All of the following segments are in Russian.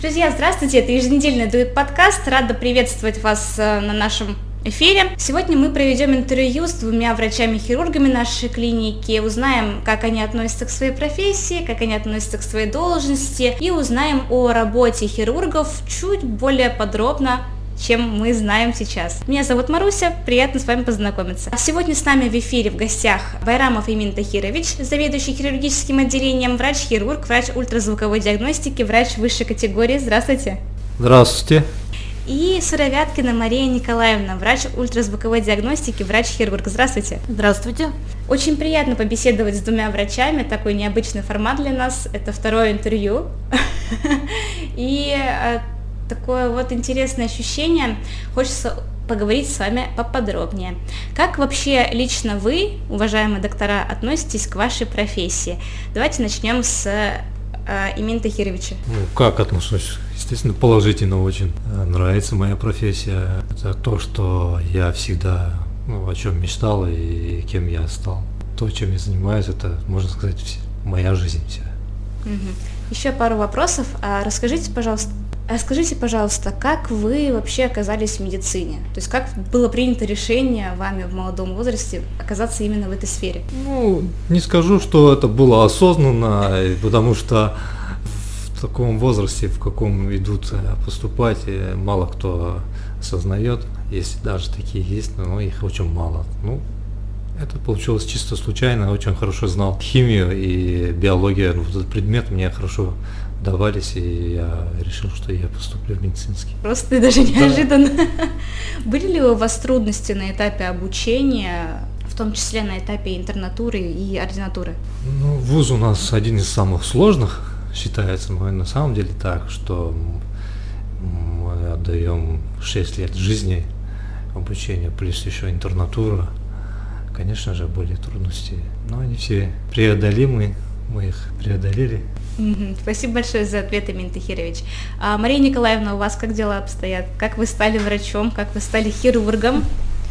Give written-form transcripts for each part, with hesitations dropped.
Друзья, здравствуйте, это еженедельный дуэт-подкаст, рада приветствовать вас на нашем эфире. Сегодня мы проведем интервью с двумя врачами-хирургами нашей клиники, узнаем, как они относятся к своей профессии, как они относятся к своей должности и узнаем о работе хирургов чуть более подробно, чем мы знаем сейчас. Меня зовут Маруся, приятно с вами познакомиться. Сегодня с нами в эфире в гостях Байрамов Эмин Тахирович, заведующий хирургическим отделением, врач-хирург, врач ультразвуковой диагностики, врач высшей категории. Здравствуйте. Здравствуйте. И Суровяткина Мария Николаевна, врач ультразвуковой диагностики, врач-хирург. Здравствуйте. Здравствуйте. Очень приятно побеседовать с двумя врачами, такой необычный формат для нас, это второе интервью. И такое вот интересное ощущение, хочется поговорить с вами поподробнее. Как вообще лично вы, уважаемые доктора, относитесь к вашей профессии? Давайте начнем с Эмина Тахировича. Как отношусь? Естественно, положительно очень. Нравится моя профессия. Это то, что я всегда, о чем мечтал и кем я стал. То, чем я занимаюсь, это, можно сказать, моя жизнь вся. Еще пару вопросов. Расскажите, пожалуйста, как вы вообще оказались в медицине? То есть как было принято решение вами в молодом возрасте оказаться именно в этой сфере? Не скажу, что это было осознанно, потому что в таком возрасте, в каком идут поступать, мало кто осознает, если даже такие есть, но их очень мало. Это получилось чисто случайно, очень хорошо знал химию и биологию, вот этот предмет мне хорошо давались, и я решил, что я поступлю в медицинский. Просто даже неожиданно. Да. Были ли у вас трудности на этапе обучения, в том числе на этапе интернатуры и ординатуры? Вуз у нас один из самых сложных считается, но на самом деле так, что мы отдаем 6 лет жизни обучения, плюс еще интернатура. Конечно же, были трудности, но они все преодолимы, мы их преодолели. Спасибо большое за ответ, Эмин Тахирович. Мария Николаевна, у вас как дела обстоят? Как вы стали врачом, как вы стали хирургом?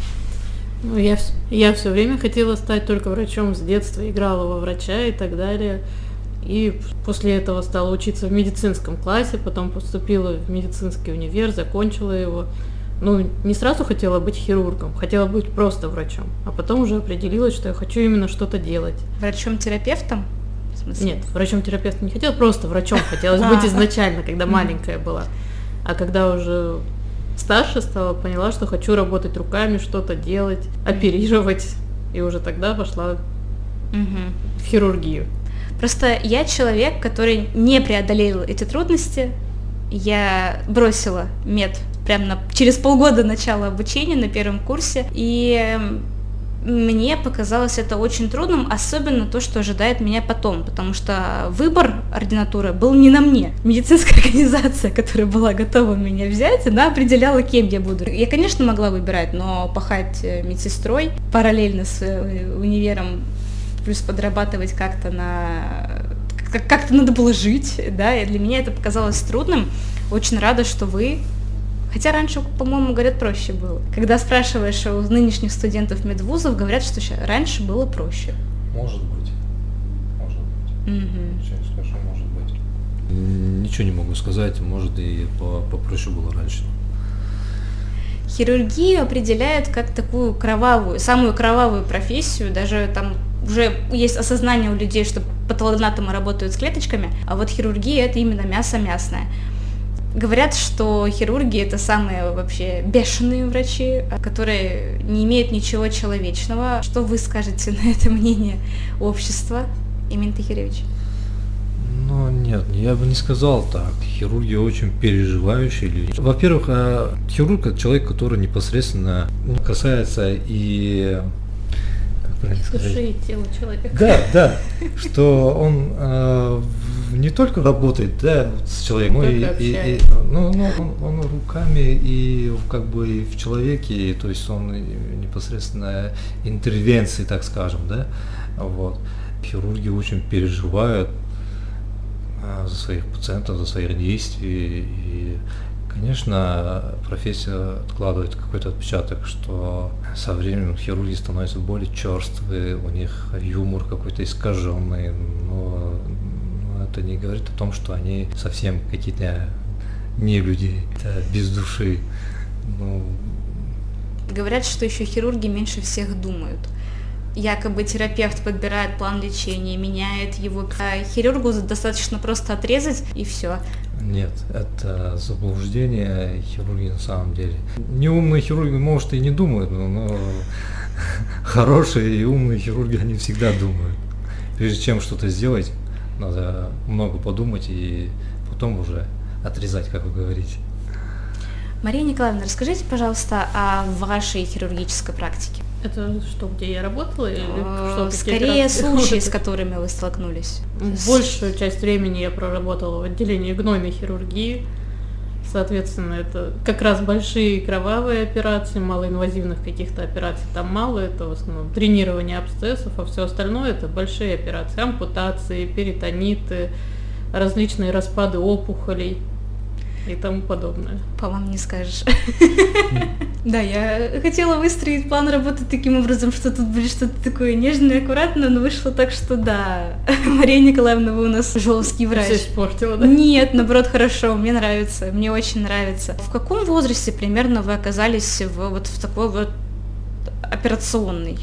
Я все время хотела стать только врачом с детства, играла во врача и так далее. И после этого стала учиться в медицинском классе, потом поступила в медицинский универ, закончила его. Не сразу хотела быть хирургом, хотела быть просто врачом, а потом уже определилась, что я хочу именно что-то делать. Врачом-терапевтом? Нет, врачом-терапевтом не хотела, просто врачом хотелось быть изначально, когда маленькая была. А когда уже старше стала, поняла, что хочу работать руками, что-то делать, оперировать, и уже тогда пошла в хирургию. Просто я человек, который не преодолел эти трудности, я бросила мед прямо через полгода начала обучения на первом курсе, и мне показалось это очень трудным, особенно то, что ожидает меня потом, потому что выбор ординатуры был не на мне. Медицинская организация, которая была готова меня взять, она определяла, кем я буду. Я, конечно, могла выбирать, но пахать медсестрой параллельно с универом, плюс подрабатывать как-то надо было жить, да, и для меня это показалось трудным. Очень рада, что вы... Хотя раньше, по-моему, говорят, проще было. Когда спрашиваешь у нынешних студентов медвузов, говорят, что раньше было проще. Может быть. Ничего не скажу, может быть. Ничего не могу сказать, может и попроще было раньше. Хирургию определяют как такую самую кровавую профессию, даже там уже есть осознание у людей, что патологоанатомы работают с клеточками, а вот хирургия — это именно мясо мясное. Говорят, что хирурги — это самые вообще бешеные врачи, которые не имеют ничего человечного. Что вы скажете на это мнение общества, Эмин Тахирович? Нет, я бы не сказал так. Хирурги очень переживающие люди. Во-первых, хирург — это человек, который непосредственно касается и... Души и тела человека. Да, что он не только работает, с человеком, он руками и как бы и в человеке, то есть он непосредственно интервенции, так скажем, вот. Хирурги очень переживают за своих пациентов, за свои действия, и, конечно, профессия откладывает какой-то отпечаток, что со временем хирурги становятся более черствые, у них юмор какой-то искаженный, но это не говорит о том, что они совсем какие-то не людей, без души. Ну, говорят, что еще хирурги меньше всех думают. Якобы терапевт подбирает план лечения, меняет его. А хирургу достаточно просто отрезать и все. Нет, это заблуждение хирурги на самом деле. Неумные хирурги, может, и не думают, но хорошие и умные хирурги, они всегда думают. Прежде чем что-то сделать, надо много подумать и потом уже отрезать, как вы говорите. Мария Николаевна, расскажите, пожалуйста, о вашей хирургической практике. Это что, где я работала? Или что, скорее случаи, с которыми вы столкнулись. Большую часть времени я проработала в отделении гнойной хирургии. Соответственно, это как раз большие кровавые операции, малоинвазивных каких-то операций там мало. Это в основном тренирование абсцессов, а все остальное это большие операции. Ампутации, перитониты, различные распады опухолей и тому подобное. По вам не скажешь. Да, я хотела выстроить план работы таким образом, что тут будет что-то такое нежное, аккуратное, но вышло так, что да, Мария Николаевна, вы у нас жесткий врач. Все испортила, да? Нет, наоборот, хорошо, мне нравится, мне очень нравится. В каком возрасте примерно вы оказались вот в такой вот операционной?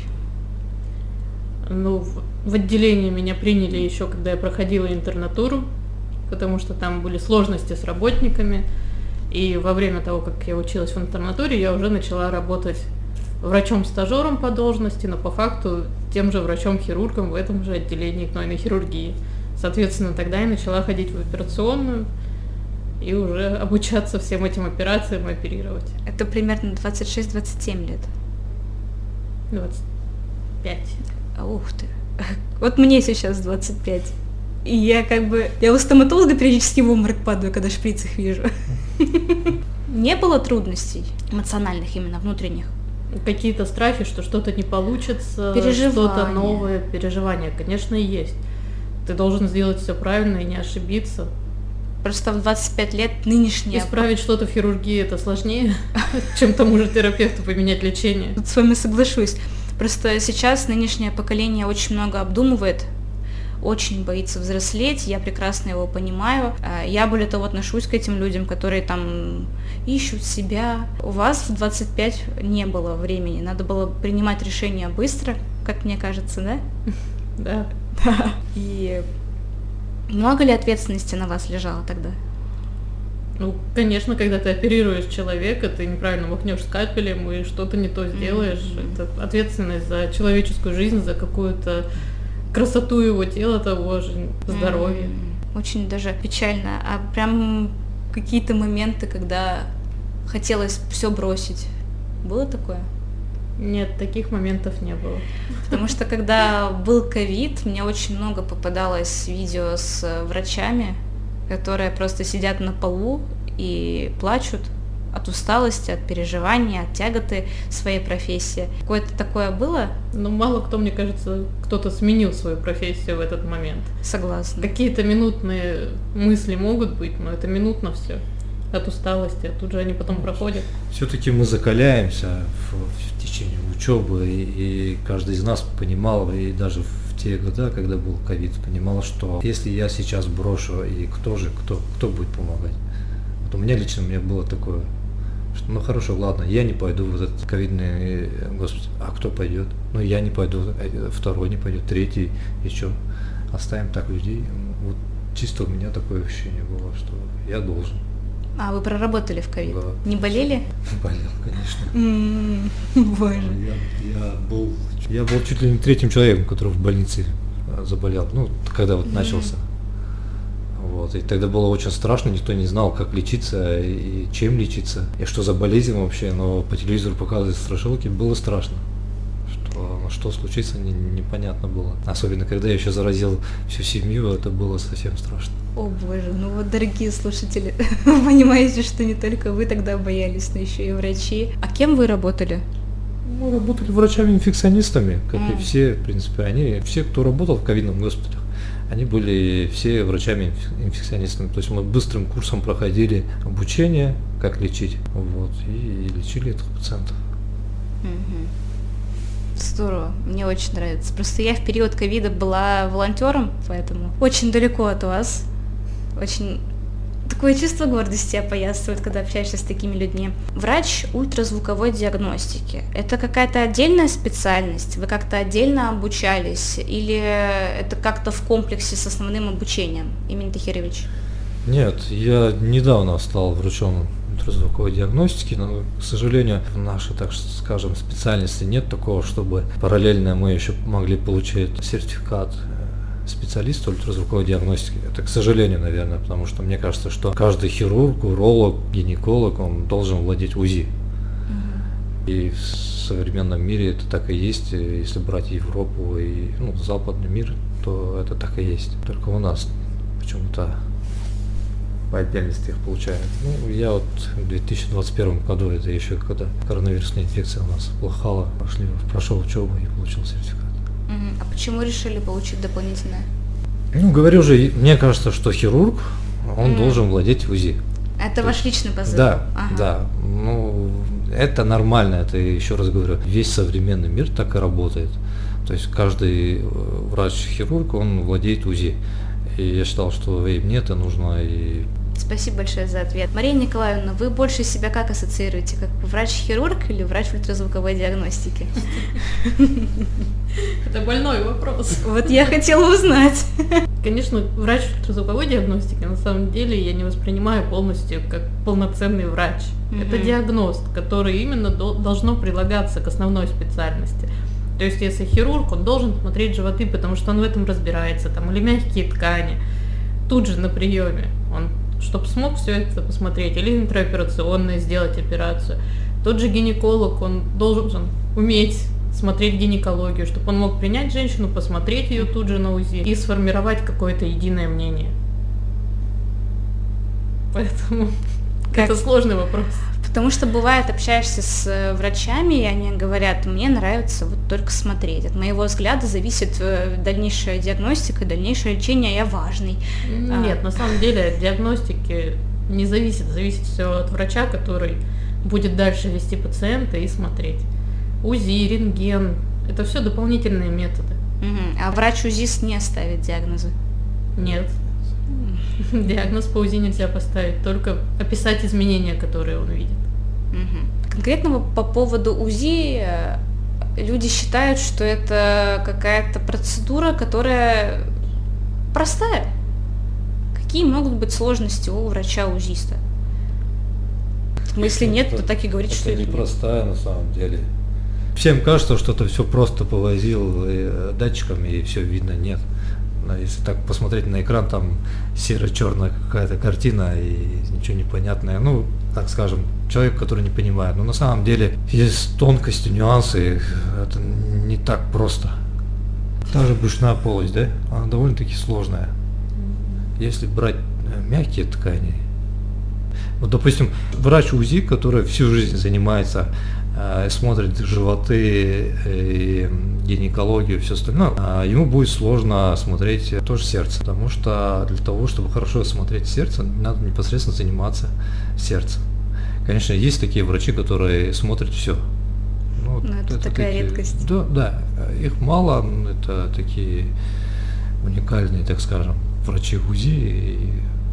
Ну, в отделение меня приняли еще, когда я проходила интернатуру, потому что там были сложности с работниками. И во время того, как я училась в интернатуре, я уже начала работать врачом-стажером по должности, но по факту тем же врачом-хирургом в этом же отделении гнойной хирургии. Соответственно, тогда я начала ходить в операционную и уже обучаться всем этим операциям и оперировать. Это примерно 26-27 лет? 25. Ух ты. Вот мне сейчас 25. И я у стоматолога периодически в обморок падаю, когда шприц их вижу. Не было трудностей эмоциональных, именно внутренних? Какие-то страхи, что что-то не получится, переживания. Что-то новое, переживания, конечно, и есть. Ты должен сделать все правильно и не ошибиться. Просто в 25 лет нынешняя... Исправить что-то в хирургии это сложнее, чем тому же терапевту поменять лечение. Тут с вами соглашусь. Просто сейчас нынешнее поколение очень много обдумывает, очень боится взрослеть, я прекрасно его понимаю. Я, более того, отношусь к этим людям, которые там ищут себя. У вас в 25 не было времени, надо было принимать решения быстро, как мне кажется, да? Да. И много ли ответственности на вас лежало тогда? Ну, конечно, когда ты оперируешь человека, ты неправильно махнешь скальпелем и что-то не то сделаешь. Это ответственность за человеческую жизнь, за какую-то красоту его тела, того же здоровья. Очень даже печально. А прям какие-то моменты, когда хотелось все бросить. Было такое? Нет, таких моментов не было. Потому что когда был ковид, мне очень много попадалось видео с врачами, которые просто сидят на полу и плачут от усталости, от переживаний, от тяготы своей профессии. Какое-то такое было? Ну, мало кто, мне кажется, кто-то сменил свою профессию в этот момент. Согласна. Какие-то минутные мысли могут быть, но это минутно все. От усталости, а тут же они потом проходят. Все-таки мы закаляемся в течение учебы, и каждый из нас понимал, и даже в те годы, когда был ковид, понимал, что если я сейчас брошу, и кто будет помогать? Вот у меня лично было такое, что ну хорошо, ладно, я не пойду в этот ковидный госпиталь, а кто пойдет? Ну я не пойду, второй не пойдет, третий, и что? Оставим так людей. Вот чисто у меня такое ощущение было, что я должен. А, вы проработали в ковид? Да. Не болели? Болел, конечно. Боже. Я был чуть ли не третьим человеком, который в больнице заболел, ну, когда вот начался. Вот, и тогда было очень страшно, никто не знал, как лечиться и чем лечиться, и что за болезнь вообще, но по телевизору показывали страшилки, было страшно. Что случится, непонятно было. Особенно, когда я еще заразил всю семью, это было совсем страшно. О боже, ну вот, дорогие слушатели, вы понимаете, что не только вы тогда боялись, но еще и врачи. А кем вы работали? Мы работали врачами-инфекционистами, как и все, в принципе, все, кто работал в ковидном госпитале, они были все врачами-инфекционистами. То есть мы быстрым курсом проходили обучение, как лечить, вот, и лечили этих пациентов. Здорово, мне очень нравится. Просто я в период ковида была волонтером, поэтому очень далеко от вас. Очень такое чувство гордости опоясывает, когда общаешься с такими людьми. Врач ультразвуковой диагностики. Это какая-то отдельная специальность? Вы как-то отдельно обучались? Или это как-то в комплексе с основным обучением? Эмин Тахирович? Нет, я недавно стал врачом ультразвуковой диагностики, но, к сожалению, в нашей, так скажем, специальности нет такого, чтобы параллельно мы еще могли получить сертификат специалиста ультразвуковой диагностики. Это, к сожалению, наверное, потому что мне кажется, что каждый хирург, уролог, гинеколог, он должен владеть УЗИ. И в современном мире это так и есть. Если брать Европу и западный мир, то это так и есть. Только у нас почему-то по отдельности их получаем. Я вот в 2021 году, это еще когда коронавирусная инфекция у нас плохала, прошел учебу и получил сертификат. А почему решили получить дополнительное? Говорю же, мне кажется, что хирург, он должен владеть УЗИ. Это ваш личный позыв? Да, да. Это нормально, это, еще раз говорю, весь современный мир так и работает. То есть каждый врач-хирург, он владеет УЗИ. И я считал, что и мне это нужно. Спасибо большое за ответ. Мария Николаевна, вы больше себя как ассоциируете? Как врач-хирург или врач ультразвуковой диагностики? Это больной вопрос. Вот я хотела узнать. Конечно, врач ультразвуковой диагностики, на самом деле, я не воспринимаю полностью как полноценный врач. Это диагност, который именно должно прилагаться к основной специальности. То есть, если хирург, он должен смотреть животы, потому что он в этом разбирается, или мягкие ткани, тут же на приеме, он, чтобы смог все это посмотреть, или интраоперационно сделать операцию. Тот же гинеколог, он должен уметь смотреть гинекологию, чтобы он мог принять женщину, посмотреть ее тут же на УЗИ и сформировать какое-то единое мнение. Поэтому это сложный вопрос. Потому что бывает, общаешься с врачами, и они говорят, мне нравится вот только смотреть. От моего взгляда зависит дальнейшая диагностика, дальнейшее лечение, я важный. Нет, на самом деле от диагностики не зависит. Зависит все от врача, который будет дальше вести пациента и смотреть. УЗИ, рентген, это все дополнительные методы. А врач-узист не ставит диагнозы? Нет. Диагноз по УЗИ нельзя поставить, только описать изменения, которые он видит. Конкретно по поводу УЗИ люди считают, что это какая-то процедура, которая простая. Какие могут быть сложности у врача-узиста? Если нет, то так и говорить, что это непростая на самом деле. Всем кажется, что это все просто повозил датчиками и все видно, нет. Если так посмотреть на экран, там серо-черная какая-то картина и ничего не понятное. Так скажем, человек, который не понимает. Но на самом деле есть тонкости, нюансы, это не так просто. Та же брюшная полость, да, она довольно-таки сложная. Если брать мягкие ткани, допустим, врач УЗИ, который всю жизнь занимается, смотрит животы, и гинекологию и все остальное, ему будет сложно смотреть тоже сердце, потому что для того, чтобы хорошо смотреть сердце, надо непосредственно заниматься сердцем. Конечно, есть такие врачи, которые смотрят все. Это такая редкость. Да, их мало, это такие уникальные, так скажем, врачи УЗИ.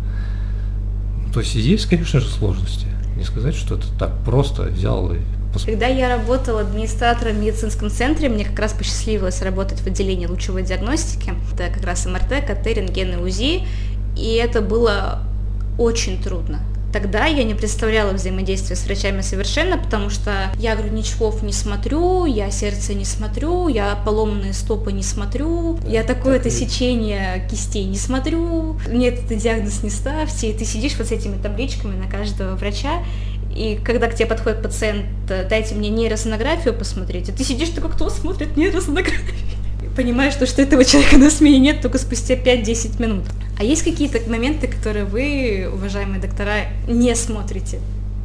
То есть есть, конечно же, сложности. Не сказать, что это так просто взял и посмотрел. Когда я работала администратором в медицинском центре, мне как раз посчастливилось работать в отделении лучевой диагностики. Это как раз МРТ, КТ, рентген и УЗИ. И это было очень трудно. Тогда я не представляла взаимодействия с врачами совершенно, потому что я грудничков не смотрю, я сердце не смотрю, я поломанные стопы не смотрю, я такое-то сечение кистей не смотрю, нет, это диагноз не ставьте, и ты сидишь вот с этими табличками на каждого врача, и когда к тебе подходит пациент, дайте мне нейросонографию посмотреть, и ты сидишь такой, кто смотрит нейросонографию? Понимаешь, что этого человека на смене нет только спустя 5-10 минут. А есть какие-то моменты, которые вы, уважаемые доктора, не смотрите?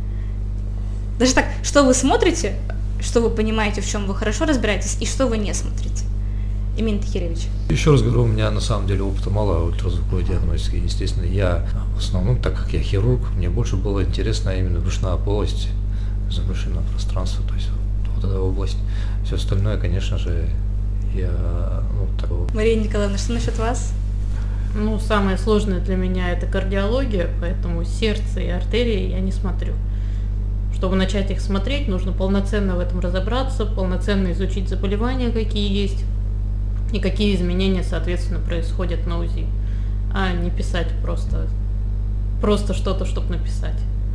Даже так, что вы смотрите, что вы понимаете, в чем вы хорошо разбираетесь, и что вы не смотрите? Эмин Тахирович. Еще раз говорю, у меня на самом деле опыта мало ультразвуковой диагностики. Естественно, я в основном, так как я хирург, мне больше было интересно именно брюшная полость, забрюшинное пространство, то есть вот эта область. Все остальное, конечно же, я, Мария Николаевна, что насчет вас? Ну, самое сложное для меня это кардиология, поэтому сердце и артерии я не смотрю. Чтобы начать их смотреть, нужно полноценно в этом разобраться, полноценно изучить заболевания, какие есть, и какие изменения, соответственно, происходят на УЗИ, а не писать просто что-то, чтобы написать.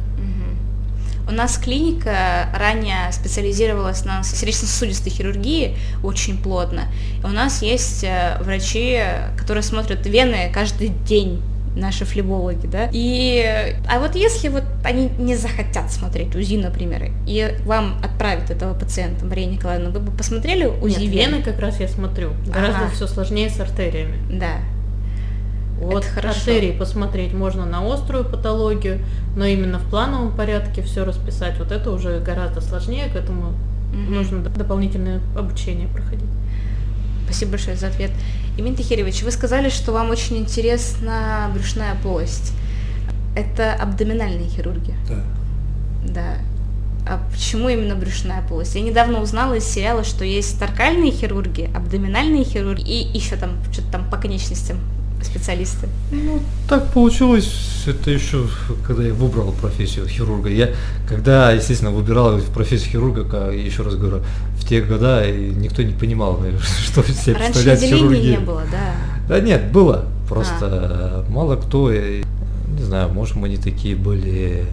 У нас клиника ранее специализировалась на сердечно-сосудистой хирургии очень плотно. И у нас есть врачи, которые смотрят вены каждый день, наши флебологи, да. А вот если вот они не захотят смотреть УЗИ, например, и вам отправят этого пациента, Мария Николаевна, вы бы посмотрели УЗИ? Нет, вены как раз я смотрю. Гораздо все сложнее с артериями. Да. Вот артерии посмотреть можно на острую патологию, но именно в плановом порядке все расписать, вот это уже гораздо сложнее, к этому нужно дополнительное обучение проходить. Спасибо большое за ответ. Эмин Тахирович, вы сказали, что вам очень интересна брюшная полость. Это абдоминальная хирургия? Да. Да. А почему именно брюшная полость? Я недавно узнала из сериала, что есть торкальные хирурги, абдоминальные хирурги и еще там что-то там по конечностям специалисты. Ну, так получилось, это еще, когда я выбрал профессию хирурга. Когда, естественно, выбирал профессию хирурга, еще раз говорю, в те года никто не понимал, что себе представляет хирургия. Раньше отделения не было, да? Да нет, было, просто мало кто, не знаю, может, мы не такие были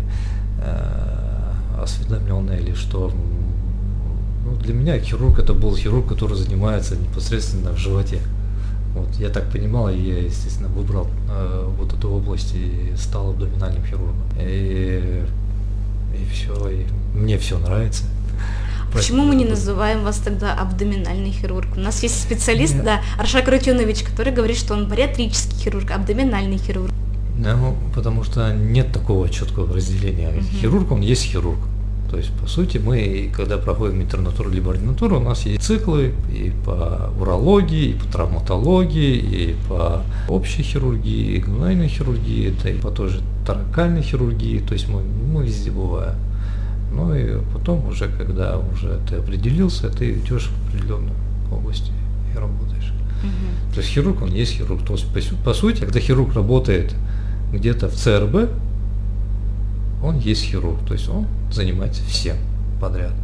осведомленные или что. Ну, для меня хирург это был хирург, который занимается непосредственно в животе. Вот, я так понимал, и я, естественно, выбрал вот эту область и стал абдоминальным хирургом. И все, и мне все нравится. Почему мы не называем вас тогда абдоминальный хирург? У нас есть специалист, да, Аршак Рутюнович, который говорит, что он бариатрический хирург, абдоминальный хирург. Ну, потому что нет такого четкого разделения. Хирург, он есть хирург. То есть, по сути, мы, когда проходим интернатуру либо ординатуру, у нас есть циклы и по урологии, и по травматологии, и по общей хирургии, и гнойной хирургии, да и по той же торакальной хирургии, то есть мы везде бываем. Ну и потом уже, когда уже ты определился, ты идешь в определенную область и работаешь. То есть хирург, он есть хирург. То есть, по сути, когда хирург работает где-то в ЦРБ, он есть хирург, то есть он занимается всем подряд.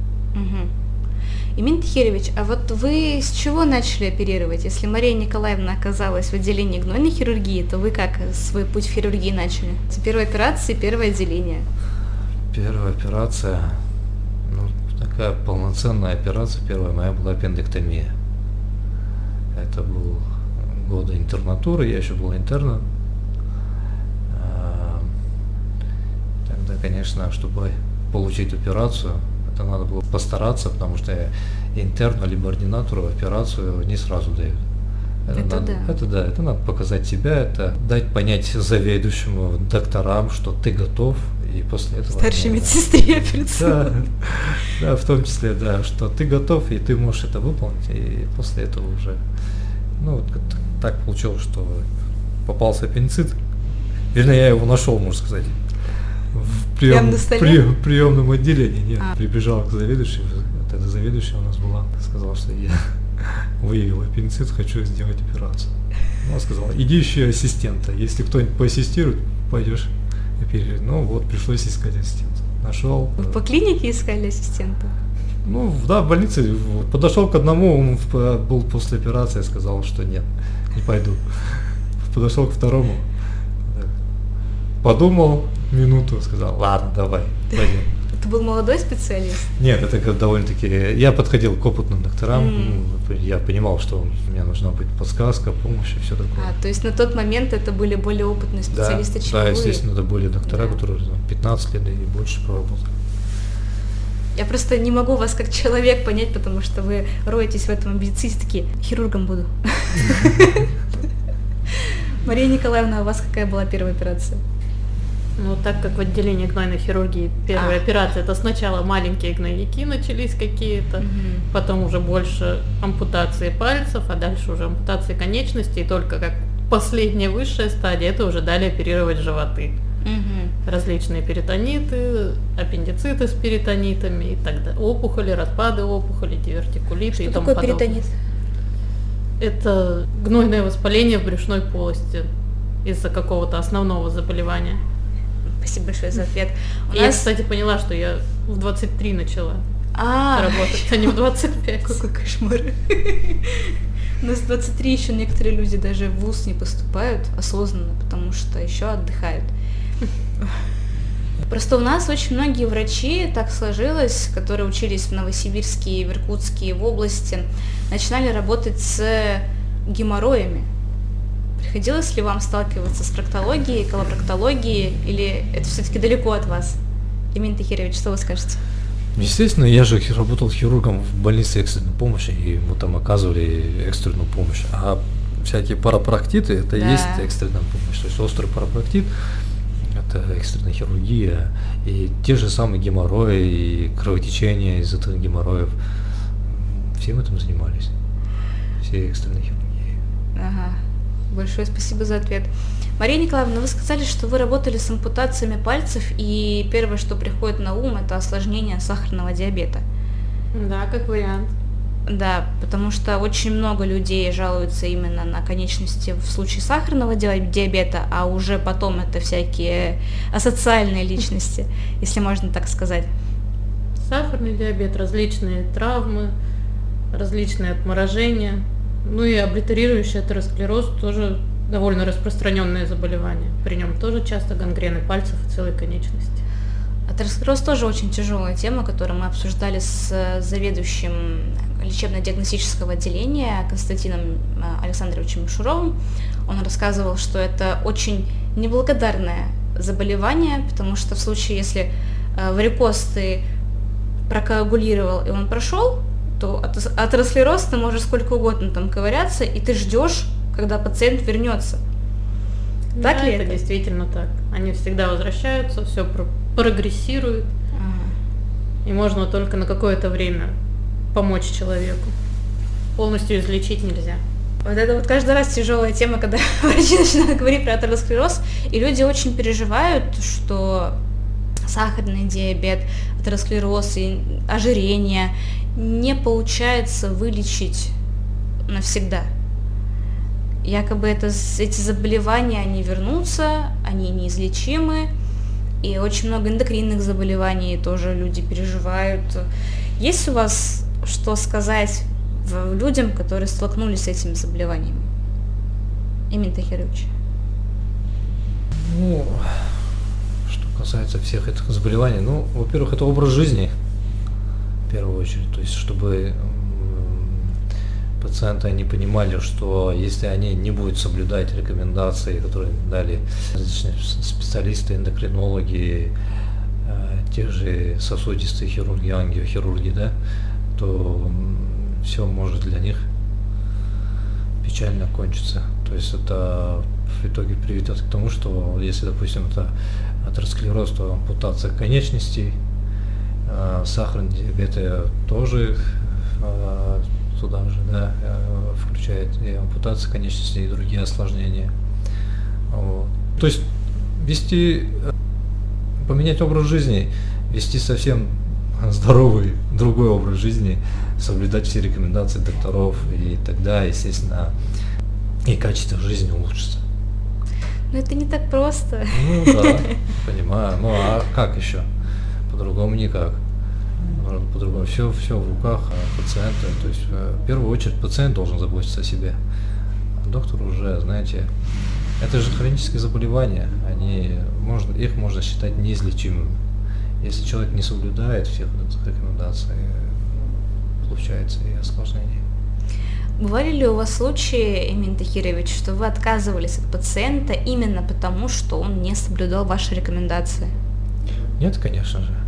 Эмин Тахирович, а вот вы с чего начали оперировать? Если Мария Николаевна оказалась в отделении гнойной хирургии, то вы как свой путь в хирургии начали? Первая операция, первое отделение. Первая операция, ну, такая полноценная операция, первая моя была аппендэктомия. Это был годы интернатуры, я еще был интерном. Тогда, конечно, чтобы получить операцию, это надо было постараться, потому что интерну либо ординатуру операцию не сразу дают. Это надо показать себя, это дать понять заведующему докторам, что ты готов, и после этого... Старшей медсестре операционной. Да, в том числе, да, что ты готов, и ты можешь это выполнить, и после этого уже... Ну, так получилось, что попался аппендицит. Вернее, я его нашел, можно сказать. В приемном отделении. Нет, прибежал к заведующей, тогда заведующая у нас была, сказала, что я выявил аппендицит, хочу сделать операцию. Она сказала, иди ищи ассистента, если кто-нибудь поассистирует, пойдешь оперировать. Ну вот, пришлось искать ассистента. Нашел. Вы по клинике искали ассистента? Ну да, в больнице. Подошел к одному, он был после операции, сказал, что нет, не пойду. Подошел к второму, подумал минуту, сказал, ладно, давай, пойдем. Это был молодой специалист? Нет, это довольно-таки... Я подходил к опытным докторам, я понимал, что мне нужна быть подсказка, помощь и все такое. То есть на тот момент это были более опытные специалисты, чем вы? Да, естественно, это были доктора, которые 15 лет и больше проработали. Я просто не могу вас как человек понять, потому что вы роетесь в этом медицине, такие, хирургом буду. Мария Николаевна, у вас какая была первая операция? Ну, так как в отделении гнойной хирургии первая операция, это сначала маленькие гнойники начались какие-то, потом уже больше ампутации пальцев, а дальше уже ампутации конечностей, и только как последняя высшая стадия, это уже дали оперировать животы. Различные перитониты, аппендициты с перитонитами и так далее, опухоли, распады опухолей, дивертикулиты и тому подобное. Что такое перитонит? Это гнойное воспаление в брюшной полости из-за какого-то основного заболевания. Спасибо большое за ответ. Я, кстати, поняла, что я в 23 начала работать, а не в 25. Какой кошмар. У нас в 23 еще некоторые люди даже в вуз не поступают осознанно, потому что еще отдыхают. Просто у нас очень многие врачи, так сложилось, которые учились в Новосибирске, в Иркутске, в области, начинали работать с геморроями. Приходилось ли вам сталкиваться с проктологией, колопроктологией, или это все-таки далеко от вас? Эмин Тахирович, что вы скажете? Естественно, я же работал хирургом в больнице экстренной помощи, и мы там оказывали экстренную помощь. А всякие парапроктиты, это и есть экстренная помощь. То есть острый парапроктит – это экстренная хирургия, и те же самые геморрои, и кровотечения из этих геморроев. Всем этим занимались, все экстренные хирургии. Ага. Большое спасибо за ответ. Мария Николаевна, вы сказали, что вы работали с ампутациями пальцев, и первое, что приходит на ум, это осложнение сахарного диабета. Да, как вариант. Да, потому что очень много людей жалуются именно на конечности в случае сахарного диабета, а уже потом это всякие асоциальные личности, если можно так сказать. Сахарный диабет, различные травмы, различные отморожения. Ну и облитерирующий атеросклероз тоже довольно распространенное заболевание. При нем тоже часто гангрены пальцев и целой конечности. Атеросклероз тоже очень тяжелая тема, которую мы обсуждали с заведующим лечебно-диагностического отделения Константином Александровичем Шуровым. Он рассказывал, что это очень неблагодарное заболевание, потому что в случае, если варикоз ты прокоагулировал и он прошел, то атеросклероз ты можешь сколько угодно там ковыряться, и ты ждешь, когда пациент вернется. Да, так ли это? Действительно так. Они всегда возвращаются, все прогрессирует, и можно только на какое-то время помочь человеку. Полностью излечить нельзя. Вот это вот каждый раз тяжелая тема, когда врачи начинают говорить про атеросклероз, и люди очень переживают, что сахарный диабет, атеросклероз и ожирение не получается вылечить навсегда. Якобы эти заболевания, они вернутся, они неизлечимы, и очень много эндокринных заболеваний тоже люди переживают. Есть у вас что сказать людям, которые столкнулись с этими заболеваниями? Эмин Тахирович. Ну, что касается всех этих заболеваний, ну, во-первых, это образ жизни, в первую очередь, то есть, чтобы пациенты они понимали, что если они не будут соблюдать рекомендации, которые дали различные специалисты, эндокринологи, те же сосудистые хирурги, ангиохирурги, да, то все может для них печально кончиться. То есть это в итоге приведет к тому, что если, допустим, это атеросклероз, то ампутация конечностей, сахарный диабет тоже туда же, да, включает и ампутация конечностей, и другие осложнения. Вот. То есть поменять образ жизни, вести совсем здоровый другой образ жизни, соблюдать все рекомендации докторов, и тогда, естественно, и качество жизни улучшится. Но это не так просто. Ну да, понимаю. Ну а как еще? По-другому никак. По-другому все в руках пациента. То есть в первую очередь пациент должен заботиться о себе. А доктор уже, знаете, это же хронические заболевания, их можно считать неизлечимыми. Если человек не соблюдает всех этих рекомендаций, получается и осложнение. Бывали ли у вас случаи, Эмин Тахирович, что вы отказывались от пациента именно потому, что он не соблюдал ваши рекомендации? Нет, конечно же.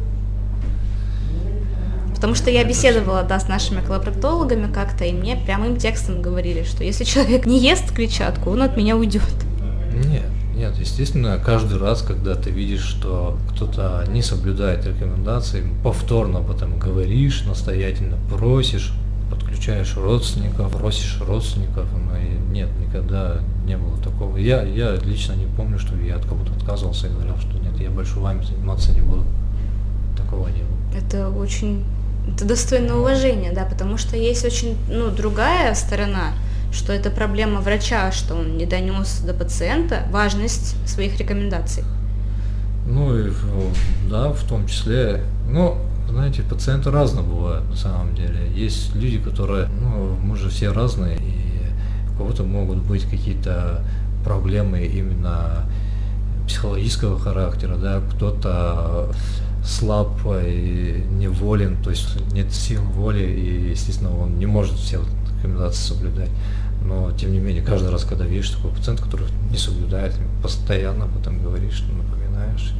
Потому что я беседовала, да, с нашими колопроктологами как-то, и мне прямым текстом говорили, что если человек не ест клетчатку, он от меня уйдет. Нет, естественно, каждый раз, когда ты видишь, что кто-то не соблюдает рекомендации, повторно об этом говоришь, настоятельно просишь, подключаешь родственников, просишь родственников, но и нет, никогда не было такого. Я лично не помню, что я от кого-то отказывался и говорил, что нет, я больше вами заниматься не буду. Такого не было. Это достойно уважения, да, потому что есть очень, другая сторона, что это проблема врача, что он не донес до пациента важность своих рекомендаций? Ну и да, в том числе. Ну, знаете, пациенты разные бывают на самом деле. Есть люди, которые, ну, мы же все разные, и у кого-то могут быть какие-то проблемы именно психологического характера, да, кто-то слаб и неволен, то есть нет сил воли, и, естественно, он не может все рекомендации соблюдать. Но, тем не менее, каждый раз, когда видишь такой пациент, который не соблюдает, постоянно об этом говоришь, напоминаешь.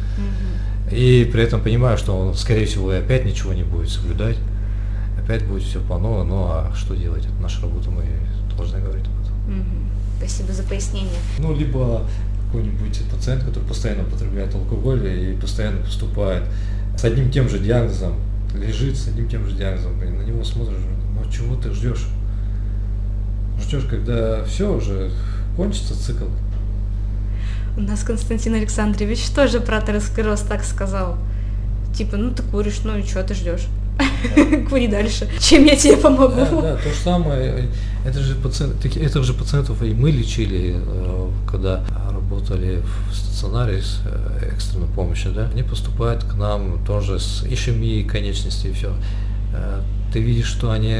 И при этом понимаю, что он, скорее всего, и опять ничего не будет соблюдать, опять будет все по-новому, ну а что делать? Это наша работа, мы должны говорить об этом. Спасибо за пояснение. Ну, либо какой-нибудь пациент, который постоянно употребляет алкоголь и постоянно поступает с одним тем же диагнозом, лежит с одним тем же диагнозом, и на него смотришь, ну чего ты ждешь? Ждешь, когда все уже кончится цикл. У нас Константин Александрович тоже про атеросклероз так сказал. Типа, ну ты куришь, ну и что ты ждешь? Кури дальше. Чем я тебе помогу? Да, то же самое. Это же пациентов и мы лечили, когда работали в стационаре с экстренной помощью, да. Они поступают к нам тоже с ишемией конечностей и все. Ты видишь, что они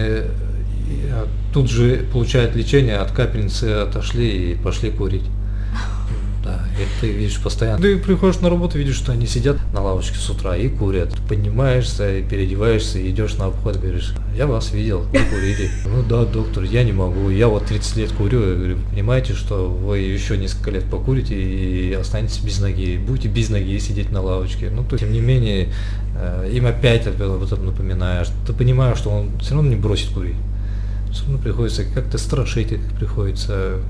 тут же получают лечение, от капельницы отошли и пошли курить. Да, и ты видишь постоянно. Ты приходишь на работу, видишь, что они сидят на лавочке с утра и курят. Ты поднимаешься, переодеваешься, идешь на обход, говоришь, я вас видел, вы курили. Ну да, доктор, я не могу, я вот 30 лет курю. Я говорю, понимаете, что вы еще несколько лет покурите и останетесь без ноги, будете без ноги сидеть на лавочке. Ну, то тем не менее, им опять об этом напоминаешь. Ты понимаешь, что он все равно не бросит курить. Все равно приходится как-то страшить, как приходится,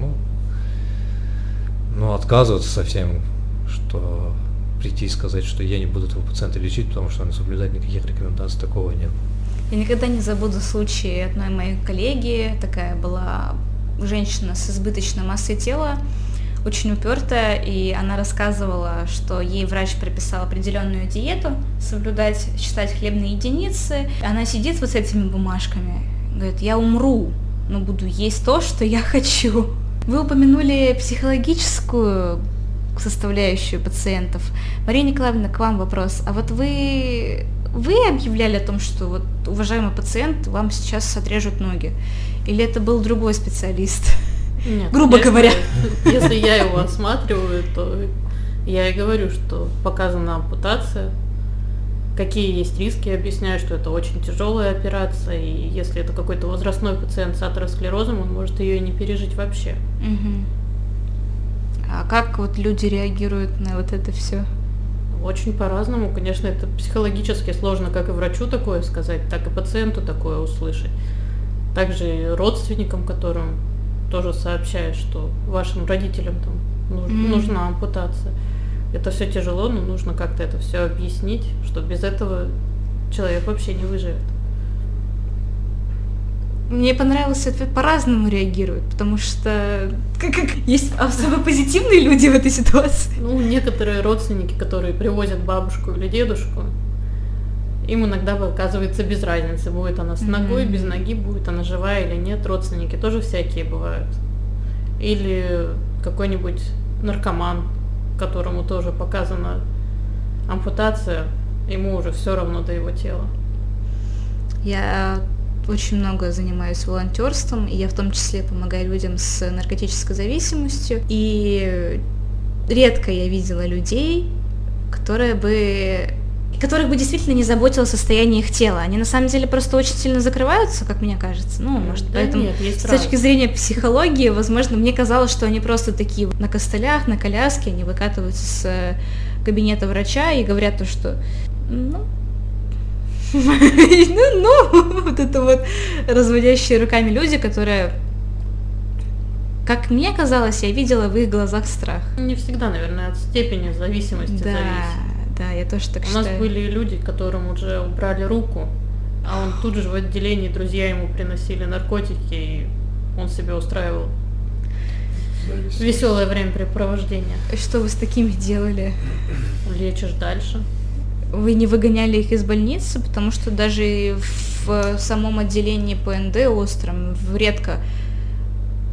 ну, отказываться совсем, что прийти и сказать, что я не буду этого пациента лечить, потому что он не соблюдает никаких рекомендаций, такого нет. Я никогда не забуду случай одной моей коллеги, такая была женщина с избыточной массой тела, очень упертая, и она рассказывала, что ей врач прописал определенную диету, соблюдать, считать хлебные единицы. Она сидит вот с этими бумажками, говорит, я умру, но буду есть то, что я хочу. Вы упомянули психологическую составляющую пациентов. Мария Николаевна, к вам вопрос. А вот вы объявляли о том, что вот, уважаемый пациент, вам сейчас отрежут ноги? Или это был другой специалист? Нет, грубо говоря. Если я его осматриваю, то я и говорю, что показана ампутация, какие есть риски, объясняю, что это очень тяжелая операция, и если это какой-то возрастной пациент с атеросклерозом, он может ее и не пережить вообще. А как вот люди реагируют на вот это все? Очень по-разному, конечно, это психологически сложно, как и врачу такое сказать, так и пациенту такое услышать. Также и родственникам, которым тоже сообщаешь, что вашим родителям там нужна ампутация. Это все тяжело, но нужно как-то это все объяснить, что без этого человек вообще не выживет. Мне понравился ответ, по-разному реагируют, потому что есть особо позитивные люди в этой ситуации. Ну, некоторые родственники, которые привозят бабушку или дедушку, им иногда оказывается без разницы, будет она с ногой, без ноги, будет она живая или нет. Родственники тоже всякие бывают. Или какой-нибудь наркоман, которому тоже показана ампутация, ему уже все равно до его тела. Я очень много занимаюсь волонтерством, и я в том числе помогаю людям с наркотической зависимостью, и редко я видела людей, которых бы действительно не заботило состояние их тела. Они на самом деле просто очень сильно закрываются, как мне кажется. Ну, может, да поэтому нет, с точки зрения психологии, возможно, мне казалось, что они просто такие на костылях, на коляске, они выкатываются с кабинета врача и говорят то, что вот это вот разводящие руками люди, которые, как мне казалось, я видела в их глазах страх. Не всегда, наверное, от степени зависимости зависит. Да, я тоже так считаю. У нас были люди, которым уже убрали руку, а он тут же в отделении, друзья ему приносили наркотики, и он себе устраивал веселое времяпрепровождение. Что вы с такими делали? Лечишь дальше. Вы не выгоняли их из больницы, потому что даже в самом отделении ПНД остром редко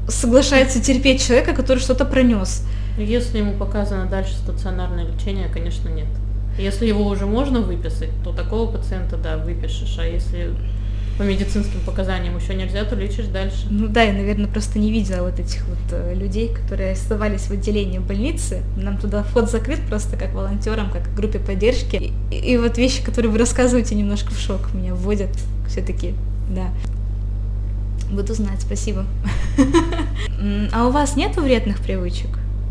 соглашается терпеть человека, который что-то пронес. Если ему показано дальше стационарное лечение, конечно, нет. Если его уже можно выписать, то такого пациента, да, выпишешь. А если по медицинским показаниям еще нельзя, то лечишь дальше. Ну да, я, наверное, просто не видела вот этих вот людей, которые оставались в отделении больницы. Нам туда вход закрыт просто как волонтерам, как группе поддержки. И вот вещи, которые вы рассказываете, немножко в шок меня вводят все-таки, да. Буду знать, спасибо. А у вас нету вредных привычек?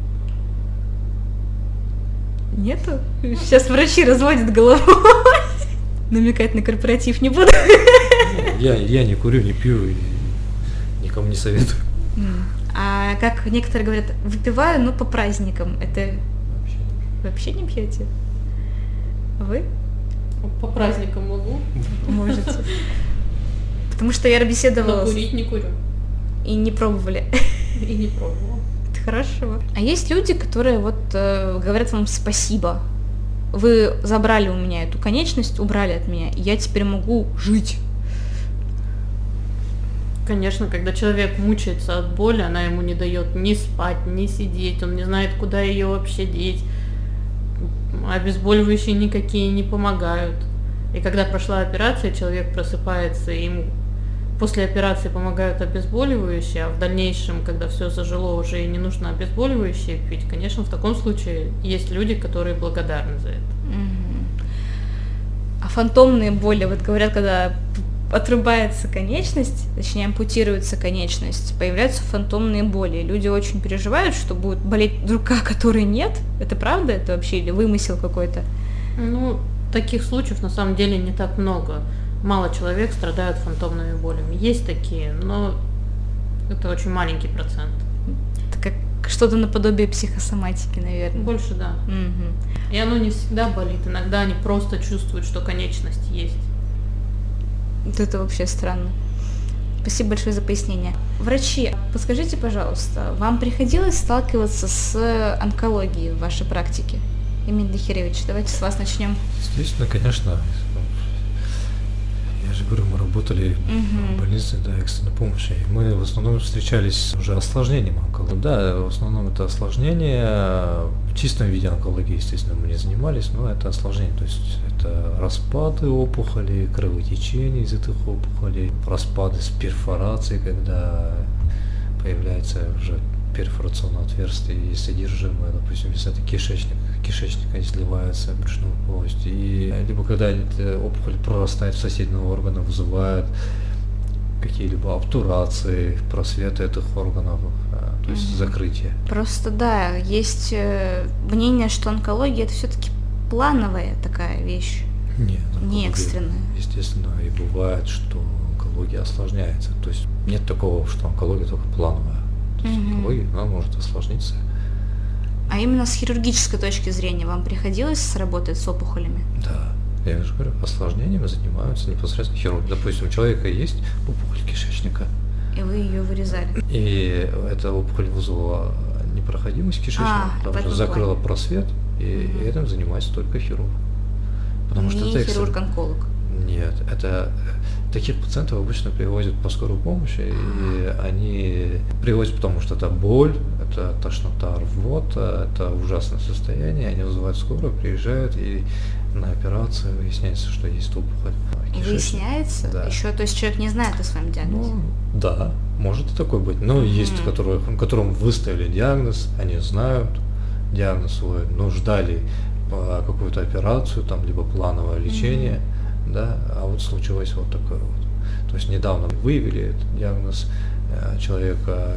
Нету? Сейчас врачи разводят головой. Намекать на корпоратив не буду. Я не курю, не пью и никому не советую. А как некоторые говорят, выпиваю, но по праздникам. Это вообще не пьете? Вы? По праздникам могу. Можете. Потому что я беседовала... Но курить не курю. И не пробовали. И не пробовала. Это хорошо. А есть люди, которые вот говорят вам спасибо. Вы забрали у меня эту конечность, убрали от меня, и я теперь могу жить. Конечно, когда человек мучается от боли, она ему не дает ни спать, ни сидеть, он не знает, куда ее вообще деть. Обезболивающие никакие не помогают. И когда прошла операция, человек просыпается, и ему после операции помогают обезболивающие, а в дальнейшем, когда все зажило, уже и не нужно обезболивающие пить, конечно, в таком случае есть люди, которые благодарны за это. А фантомные боли, вот говорят, когда отрубается конечность, точнее ампутируется конечность, появляются фантомные боли. Люди очень переживают, что будет болеть рука, которой нет. Это правда? Это вообще или вымысел какой-то? Ну, таких случаев на самом деле не так много. Мало человек страдают фантомными болями. Есть такие, но это очень маленький процент. Это как что-то наподобие психосоматики, наверное. Больше, да. И оно не всегда болит. Иногда они просто чувствуют, что конечность есть. Вот это вообще странно. Спасибо большое за пояснение. Врачи, подскажите, пожалуйста, вам приходилось сталкиваться с онкологией в вашей практике? Эмиль Дахирович, давайте с вас начнем. Естественно, конечно. Я же говорю, мы работали в больнице, да, экстренной помощи. И мы в основном встречались уже осложнением онкологии. Да, в основном это осложнение. В чистом виде онкологии, естественно, мы не занимались, но это осложнение. То есть это распады опухолей, кровотечение из этих опухолей, распады с перфорацией, когда появляется уже перфорационное отверстие и содержимое, допустим, если это кишечник изливается в брюшную полость, и либо когда эта опухоль прорастает в соседние органы, вызывает какие-либо обтурации, просветы этих органов, то есть закрытие. Просто да, есть мнение, что онкология это все-таки плановая такая вещь, Нет, не экстренная. Естественно, и бывает, что онкология осложняется. То есть нет такого, что онкология только плановая. То есть онкология, она может осложниться. А именно с хирургической точки зрения вам приходилось работать с опухолями? Да, я же говорю, осложнениями занимаются непосредственно хирурги. Допустим, у человека есть опухоль кишечника. И вы ее вырезали? И эта опухоль вызвала непроходимость кишечника, потому что закрыла просвет, и этим занимается только хирург. Потому что не хирург-онколог? Нет, это таких пациентов обычно привозят по скорой помощи, и они привозят, потому что это боль, это тошнота, рвота, это ужасное состояние, они вызывают скорую, приезжают, и на операцию выясняется, что есть опухоль. Выясняется? Да. Еще, то есть человек не знает о своем диагнозе? Ну, да, может и такое быть. Но есть, которым выставили диагноз, они знают диагноз свой, но ждали какую-то операцию, там, либо плановое лечение, да, а вот случилось вот такое вот. То есть недавно выявили этот диагноз, человека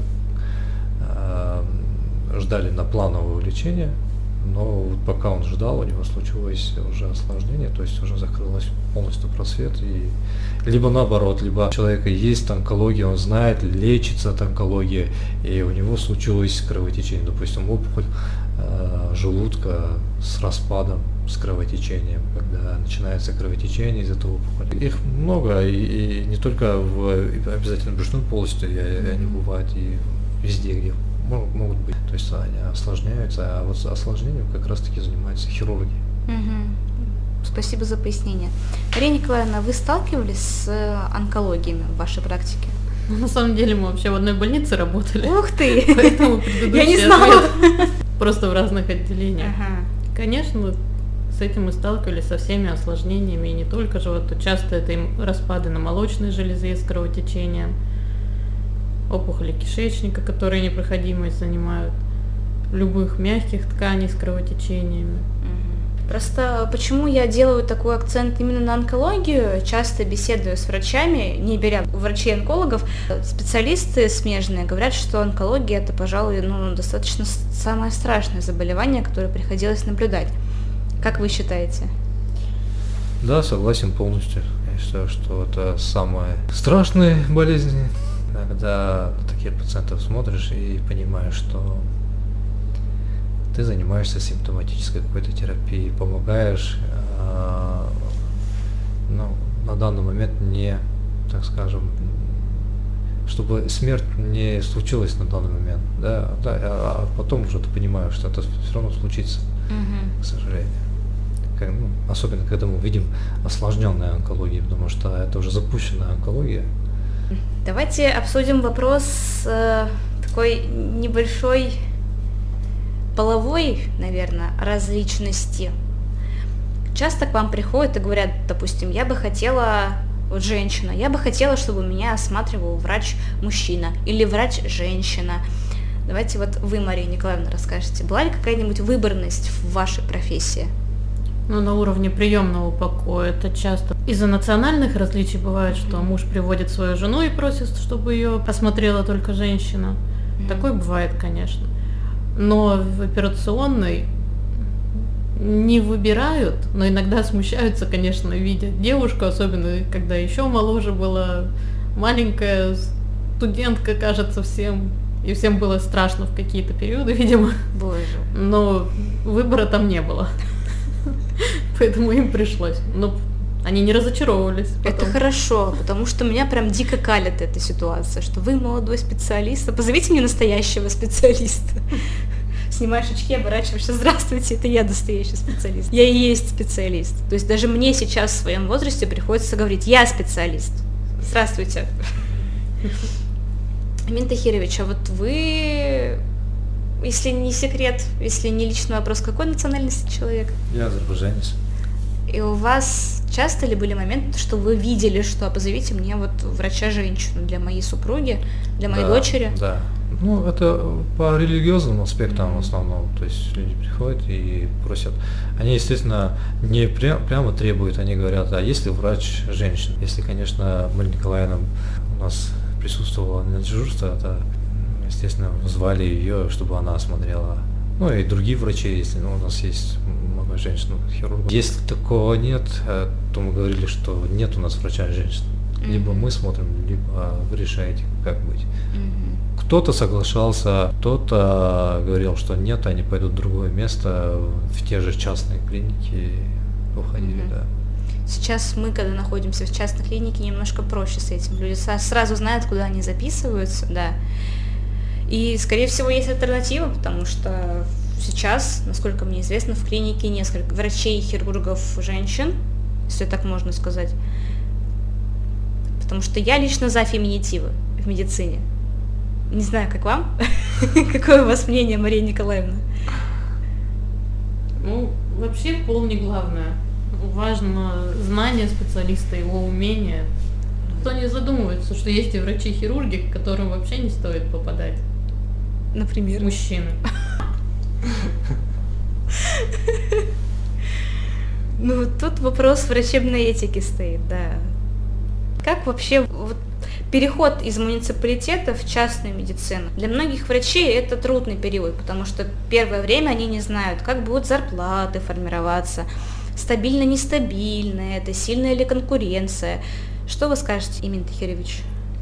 ждали на плановое лечение, но вот пока он ждал, у него случилось уже осложнение, то есть уже закрылось полностью просвет, и либо наоборот, либо у человека есть онкология, он знает, лечится от онкологии, и у него случилось кровотечение, допустим, опухоль желудка с распадом, с кровотечением, когда начинается кровотечение из этого опухоли. Их много, и не только в обязательно брюшной полости, они бывают и везде, где могут быть. То есть они осложняются, а вот осложнением как раз-таки занимаются хирурги. Спасибо за пояснение. Мария Николаевна, вы сталкивались с онкологиями в вашей практике? Ну, на самом деле мы вообще в одной больнице работали. Ух ты! Поэтому Я не предыдущий знала. ответ просто в разных отделениях. Ага. Конечно, с этим мы сталкивались со всеми осложнениями, и не только живота. Часто это и распады на молочной железе с кровотечением, опухоли кишечника, которые непроходимость занимают, любых мягких тканей с кровотечениями. Просто почему я делаю такой акцент именно на онкологию, часто беседую с врачами, не беря врачей-онкологов, специалисты смежные говорят, что онкология это, пожалуй, достаточно самое страшное заболевание, которое приходилось наблюдать. Как вы считаете? Да, согласен полностью. Я считаю, что это самые страшные болезни, когда на таких пациентов смотришь и понимаешь, что ты занимаешься симптоматической какой-то терапией, помогаешь, на данный момент не, так скажем, чтобы смерть не случилась на данный момент, а потом уже ты понимаешь, что это все равно случится, к сожалению. Особенно когда мы видим осложненную онкологию, потому что это уже запущенная онкология. Давайте обсудим вопрос такой небольшой половой, наверное, различности. Часто к вам приходят и говорят, допустим, я бы хотела, женщина, я бы хотела, чтобы меня осматривал врач-мужчина или врач-женщина. Давайте вы, Мария Николаевна, расскажете, была ли какая-нибудь выборность в вашей профессии? На уровне приемного покоя это часто из-за национальных различий бывает, что муж приводит свою жену и просит, чтобы ее осмотрела только женщина. Такое бывает, конечно. Но в операционной не выбирают, но иногда смущаются, конечно, видя девушку, особенно когда еще моложе была, маленькая студентка, кажется, всем, и всем было страшно в какие-то периоды, видимо. Боже. Но выбора там не было, поэтому им пришлось. Но они не разочаровывались потом. Это хорошо, потому что меня прям дико калит эта ситуация, что вы молодой специалист, позовите мне настоящего специалиста. Снимаешь очки, оборачиваешься, здравствуйте, это я настоящий специалист. Я и есть специалист. То есть даже мне сейчас в своем возрасте приходится говорить, я специалист. Здравствуйте. Амин Тахирович, а вы, если не секрет, если не личный вопрос, какой национальности человек? Я азербайджанец. И у вас часто ли были моменты, что вы видели, что позовите мне врача-женщину для моей супруги, для моей дочери? Да. Это по религиозным аспектам в основном. То есть люди приходят и просят. Они, естественно, не прямо требуют, они говорят, а есть ли врач женщин? Если, конечно, Мария Николаевна у нас присутствовала на дежурстве, то, естественно, звали ее, чтобы она осмотрела. И другие врачи, если у нас есть много женщин-хирургов. Если такого нет, то мы говорили, что нет у нас врача-женщин. Либо мы смотрим, либо вы решаете, как быть. Кто-то соглашался, кто-то говорил, что нет, они пойдут в другое место, в те же частные клиники уходили, да. Сейчас мы, когда находимся в частной клинике, немножко проще с этим. Люди сразу знают, куда они записываются, да. И, скорее всего, есть альтернатива, потому что сейчас, насколько мне известно, в клинике несколько врачей, хирургов, женщин, если так можно сказать. Потому что я лично за феминитивы в медицине. Не знаю, как вам? Какое у вас мнение, Мария Николаевна? Вообще пол не главное. Важно знание специалиста, его умение. Кто не задумывается, что есть и врачи-хирурги, к которым вообще не стоит попадать. Например? Мужчины. Тут вопрос врачебной этики стоит, да. Как вообще переход из муниципалитета в частную медицину? Для многих врачей это трудный период, потому что первое время они не знают, как будут зарплаты формироваться, стабильно-нестабильно это, сильная ли конкуренция. Что вы скажете, Амин Тахирович?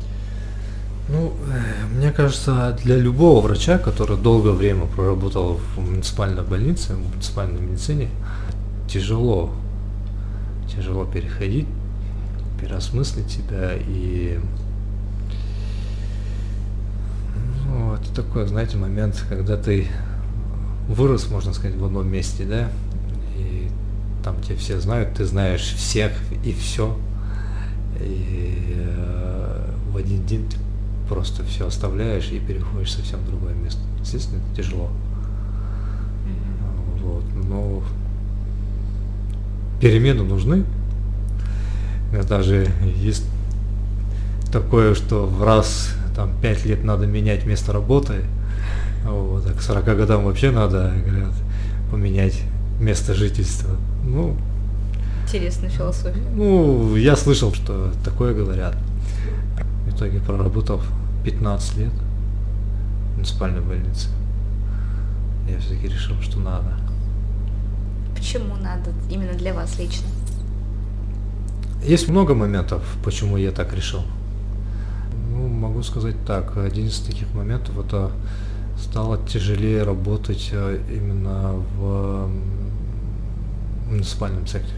Мне кажется, для любого врача, который долгое время проработал в муниципальной больнице, в муниципальной медицине, тяжело переходить, переосмыслить себя и это такой, знаете, момент, когда ты вырос, можно сказать, в одном месте, да, и там тебя все знают, ты знаешь всех и все, и в один день ты просто все оставляешь и переходишь совсем в другое место. Естественно, это тяжело. Вот. Но перемены нужны. Даже есть такое, что в раз там 5 лет надо менять место работы, вот, а к 40 годам вообще надо, говорят, поменять место жительства. Ну, Интересная философия. ну, я слышал, что такое говорят. В итоге, проработав 15 лет в муниципальной больнице, я все-таки решил, что надо. Почему надо именно для вас лично? Есть много моментов, почему я так решил. Ну, могу сказать так, один из таких моментов — это стало тяжелее работать именно в муниципальном секторе.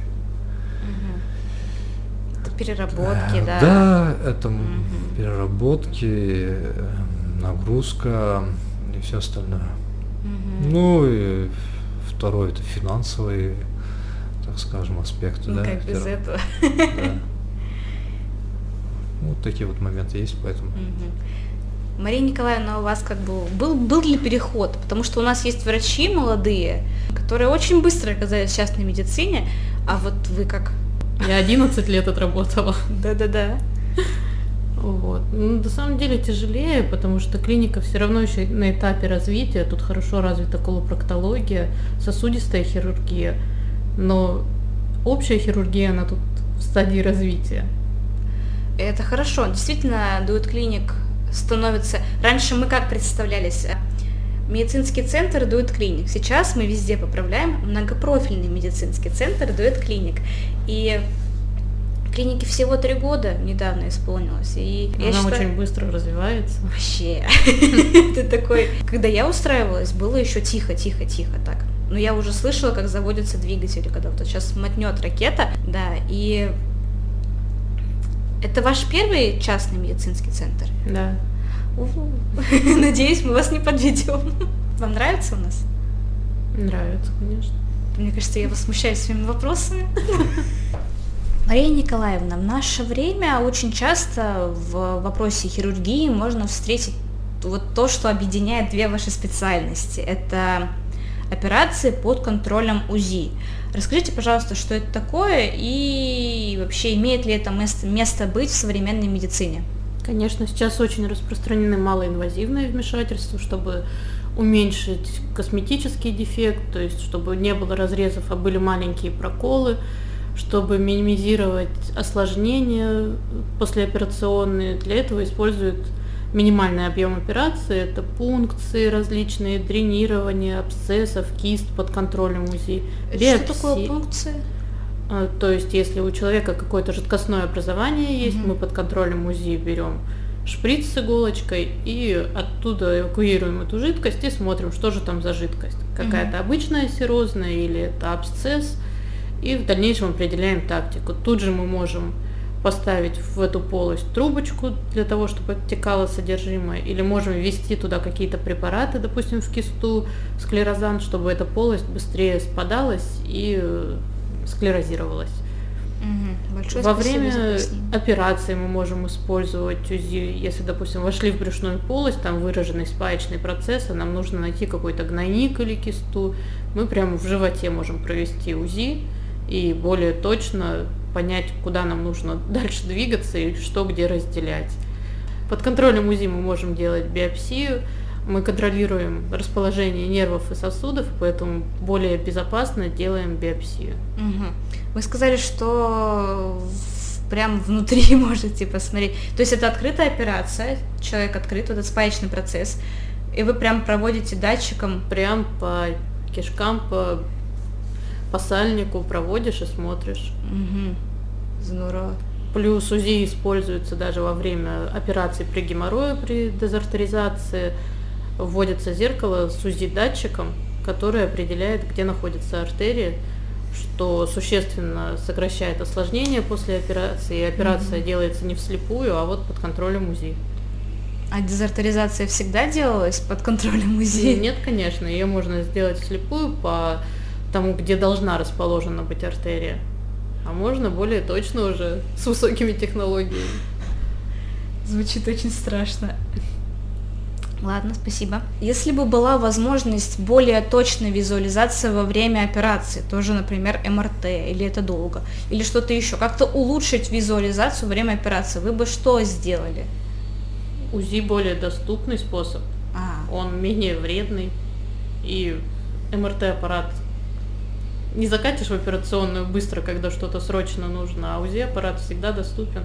Это переработки, да? Да, это переработки, нагрузка и все остальное. Ну и второй — это финансовый, так скажем, аспект. Ну, да, как без этого. Да. Вот такие вот моменты есть, поэтому. Мария Николаевна, у вас как бы был ли переход? Потому что у нас есть врачи молодые, которые очень быстро оказались в частной медицине, а вот вы как? Я 11 лет отработала. Да-да-да. Вот. Ну, на самом деле тяжелее, потому что клиника все равно еще на этапе развития, тут хорошо развита колопроктология, сосудистая хирургия, но общая хирургия, она тут в стадии развития. Это хорошо. Действительно, Дует Клиник становится... Раньше мы как представлялись? Медицинский центр Дует Клиник. Сейчас мы везде поправляем многопрофильный медицинский центр Дует Клиник. И клинике всего 3 года недавно исполнилось. И я Она считаю... очень быстро развивается. Вообще. Ты такой... Когда я устраивалась, было еще тихо так. Но я уже слышала, как заводятся двигатели, когда вот сейчас мотнет ракета. Да, и... Это ваш первый частный медицинский центр? Да. Надеюсь, мы вас не подведем. Вам нравится у нас? Нравится, конечно. Мне кажется, я вас смущаю своими вопросами. Мария Николаевна, в наше время очень часто в вопросе хирургии можно встретить вот то, что объединяет 2 ваши специальности. Это операции под контролем УЗИ. Расскажите, пожалуйста, что это такое и вообще имеет ли это место быть в современной медицине? Конечно, сейчас очень распространены малоинвазивные вмешательства, чтобы уменьшить косметический дефект, то есть чтобы не было разрезов, а были маленькие проколы, чтобы минимизировать осложнения послеоперационные. Для этого используют минимальный объем операции, это пункции различные, дренирование абсцессов, кист под контролем УЗИ. Что такое пункции? То есть, если у человека какое-то жидкостное образование есть, мы под контролем УЗИ берем шприц с иголочкой и оттуда эвакуируем эту жидкость и смотрим, что же там за жидкость. Какая-то обычная серозная или это абсцесс. И в дальнейшем определяем тактику. Тут же мы можем поставить в эту полость трубочку для того, чтобы оттекало содержимое, или можем ввести туда какие-то препараты, допустим, в кисту, склерозант, чтобы эта полость быстрее спадалась и склерозировалась. Во время операции мы можем использовать УЗИ, если, допустим, вошли в брюшную полость, там выраженный спаечный процесс, а нам нужно найти какой-то гнойник или кисту, мы прямо в животе можем провести УЗИ и более точно понять, куда нам нужно дальше двигаться и что где разделять. Под контролем УЗИ мы можем делать биопсию, мы контролируем расположение нервов и сосудов, поэтому более безопасно делаем биопсию. Вы сказали, что прям внутри можете посмотреть. То есть это открытая операция, человек открыт, этот спаечный процесс, и вы прям проводите датчиком? Прям по кишкам, по сальнику проводишь и смотришь. Здорово. Плюс УЗИ используется даже во время операций при геморрое, при дезартеризации. Вводится зеркало с УЗИ-датчиком, который определяет, где находится артерия, что существенно сокращает осложнения после операции. И операция делается не вслепую, а вот под контролем УЗИ. А дезартеризация всегда делалась под контролем УЗИ? Нет, конечно, ее можно сделать вслепую по тому, где должна расположена быть артерия. А можно более точно уже с высокими технологиями. Звучит очень страшно. Ладно, спасибо. Если бы была возможность более точной визуализации во время операции, тоже, например, МРТ, или это долго, или что-то еще, как-то улучшить визуализацию во время операции, вы бы что сделали? УЗИ более доступный способ, он менее вредный, и МРТ-аппарат не закатишь в операционную быстро, когда что-то срочно нужно, а УЗИ-аппарат всегда доступен.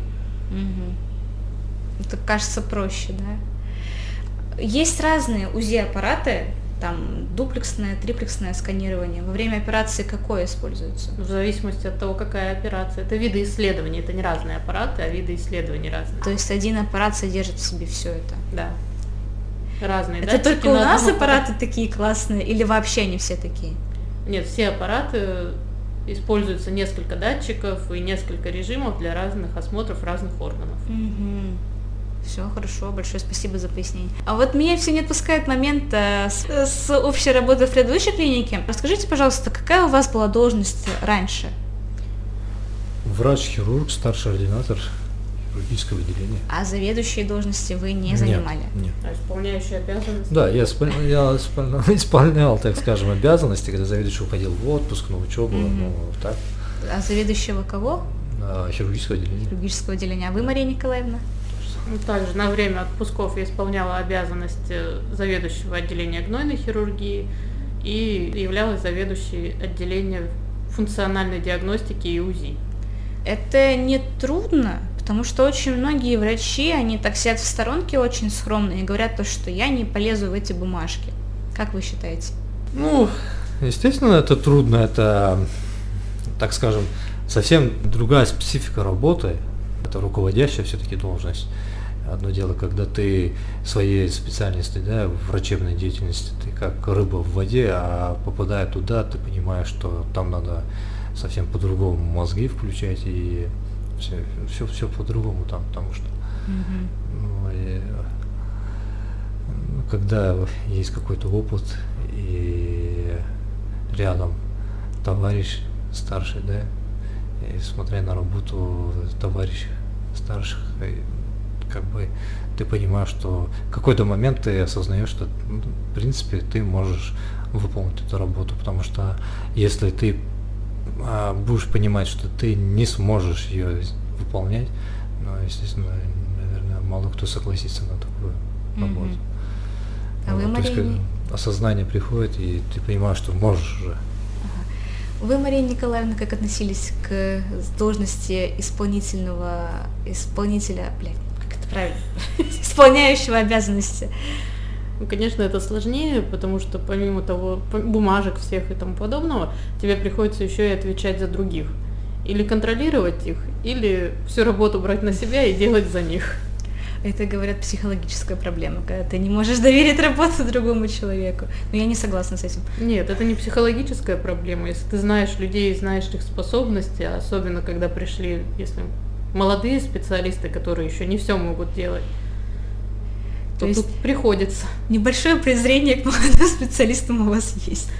Это кажется проще, да? Есть разные УЗИ-аппараты, там дуплексное, триплексное сканирование. Во время операции какое используется? В зависимости от того, какая операция. Это виды исследований, это не разные аппараты, а виды исследований разные. То есть один аппарат содержит в себе все это? Да. Разные. Это только у нас аппараты такие классные или вообще они все такие? Нет, все аппараты используются несколько датчиков и несколько режимов для разных осмотров разных органов. Все хорошо, большое спасибо за пояснение. А вот меня все не отпускает момент с общей работы в предыдущей клинике. Расскажите, пожалуйста, какая у вас была должность раньше? Врач-хирург, старший ординатор хирургического отделения. А заведующие должности вы не занимали? Нет. А исполняющие обязанности? Да, я исполнял, так скажем, обязанности, когда заведующий уходил в отпуск, на учебу, так. А заведующего кого? Хирургического отделения. Хирургического отделения. А вы, Мария Николаевна? Также на время отпусков я исполняла обязанности заведующего отделения гнойной хирургии и являлась заведующей отделения функциональной диагностики и УЗИ. Это не трудно, потому что очень многие врачи, они так сидят в сторонке очень скромные и говорят то, что я не полезу в эти бумажки. Как вы считаете? Ну, естественно, это трудно, это, так скажем, совсем другая специфика работы, это руководящая все-таки должность. Одно дело, когда ты своей специальности, да, в врачебной деятельности, ты как рыба в воде, а попадая туда, ты понимаешь, что там надо совсем по-другому мозги включать и все по-другому там, потому что когда есть какой-то опыт и рядом товарищ старший, да, и смотря на работу товарищей старших, как бы ты понимаешь, что в какой-то момент ты осознаешь, что в принципе ты можешь выполнить эту работу, потому что если ты будешь понимать, что ты не сможешь ее выполнять, ну, естественно, наверное, мало кто согласится на такую работу. А вы, то есть, осознание приходит, и ты понимаешь, что можешь уже. Вы, Мария Николаевна, как относились к должности исполнителя, как это правильно, исполняющего обязанности? Ну, конечно, это сложнее, потому что помимо того, бумажек всех и тому подобного, тебе приходится еще и отвечать за других. Или контролировать их, или всю работу брать на себя и делать за них. Это, говорят, психологическая проблема, когда ты не можешь доверить работу другому человеку. Но я не согласна с этим. Нет, это не психологическая проблема. Если ты знаешь людей, знаешь их способности, особенно когда пришли, если молодые специалисты, которые еще не все могут делать, то тут приходится. Небольшое презрение к молодым специалистам у вас есть.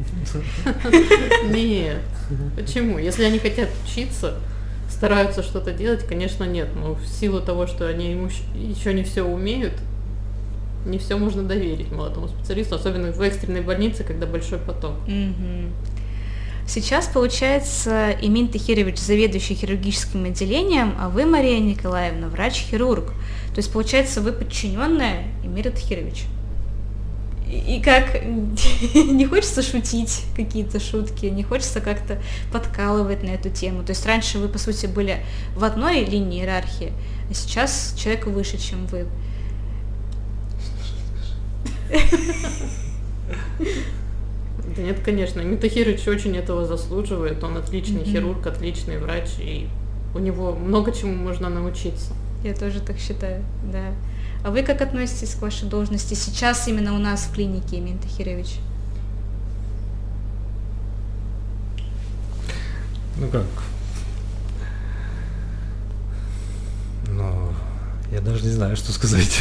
Нет. Почему? Если они хотят учиться, стараются что-то делать, конечно, нет. Но в силу того, что они еще не все умеют, не все можно доверить молодому специалисту, особенно в экстренной больнице, когда большой поток. Сейчас, получается, Эмин Тахирович заведующий хирургическим отделением, а вы, Мария Николаевна, врач-хирург. То есть, получается, вы подчиненная Эмира Тахировича. И как, не хочется шутить какие-то шутки, не хочется как-то подкалывать на эту тему. То есть раньше вы, по сути, были в одной линии иерархии, а сейчас человек выше, чем вы. Да нет, конечно, Эмин Тахирович очень этого заслуживает, он отличный хирург, отличный врач, и у него много чему можно научиться. Я тоже так считаю, да. А вы как относитесь к вашей должности сейчас именно у нас в клинике, Эмин Тахирович? Ну как? Ну, я даже не знаю, что сказать.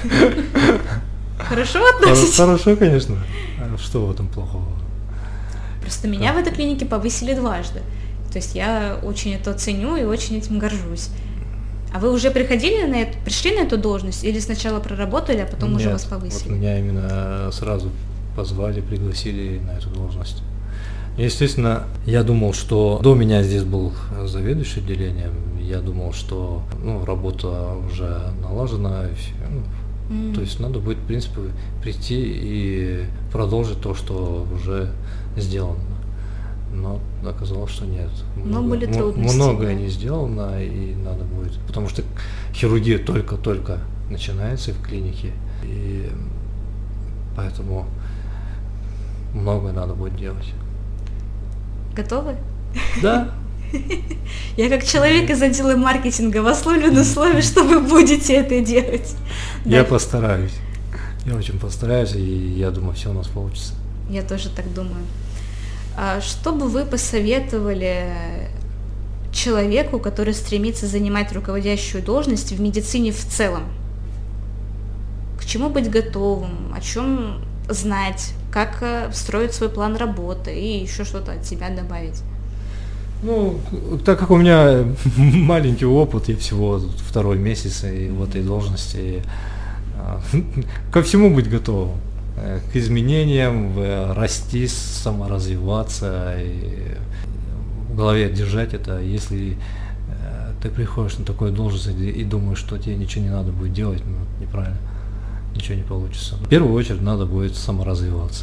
Хорошо относитесь? Хорошо, конечно. А что в этом плохого? Просто меня в этой клинике повысили дважды. То есть я очень это ценю и очень этим горжусь. А вы уже пришли на эту должность или сначала проработали, а потом уже вас повысили? Вот меня именно сразу позвали, пригласили на эту должность. Естественно, я думал, что до меня здесь был заведующий отделением, я думал, что работа уже налажена, то есть надо будет, в принципе, прийти и продолжить то, что уже сделано. Но оказалось, что нет. Были трудности. Многое не сделано, и надо будет. Потому что хирургия только-только начинается в клинике. И поэтому многое надо будет делать. Готовы? Да. Я как человек из отдела маркетинга вас ловлю на слове, что вы будете это делать. Я постараюсь. Я очень постараюсь, и я думаю, все у нас получится. Я тоже так думаю. Что бы вы посоветовали человеку, который стремится занимать руководящую должность в медицине в целом? К чему быть готовым? О чем знать? Как строить свой план работы? И еще что-то от себя добавить? Так как у меня маленький опыт, я всего 2-й месяц и в этой должности, ко всему быть готовым. К изменениям, расти, саморазвиваться и в голове держать это. Если ты приходишь на такую должность и думаешь, что тебе ничего не надо будет делать, неправильно, ничего не получится. В первую очередь надо будет саморазвиваться.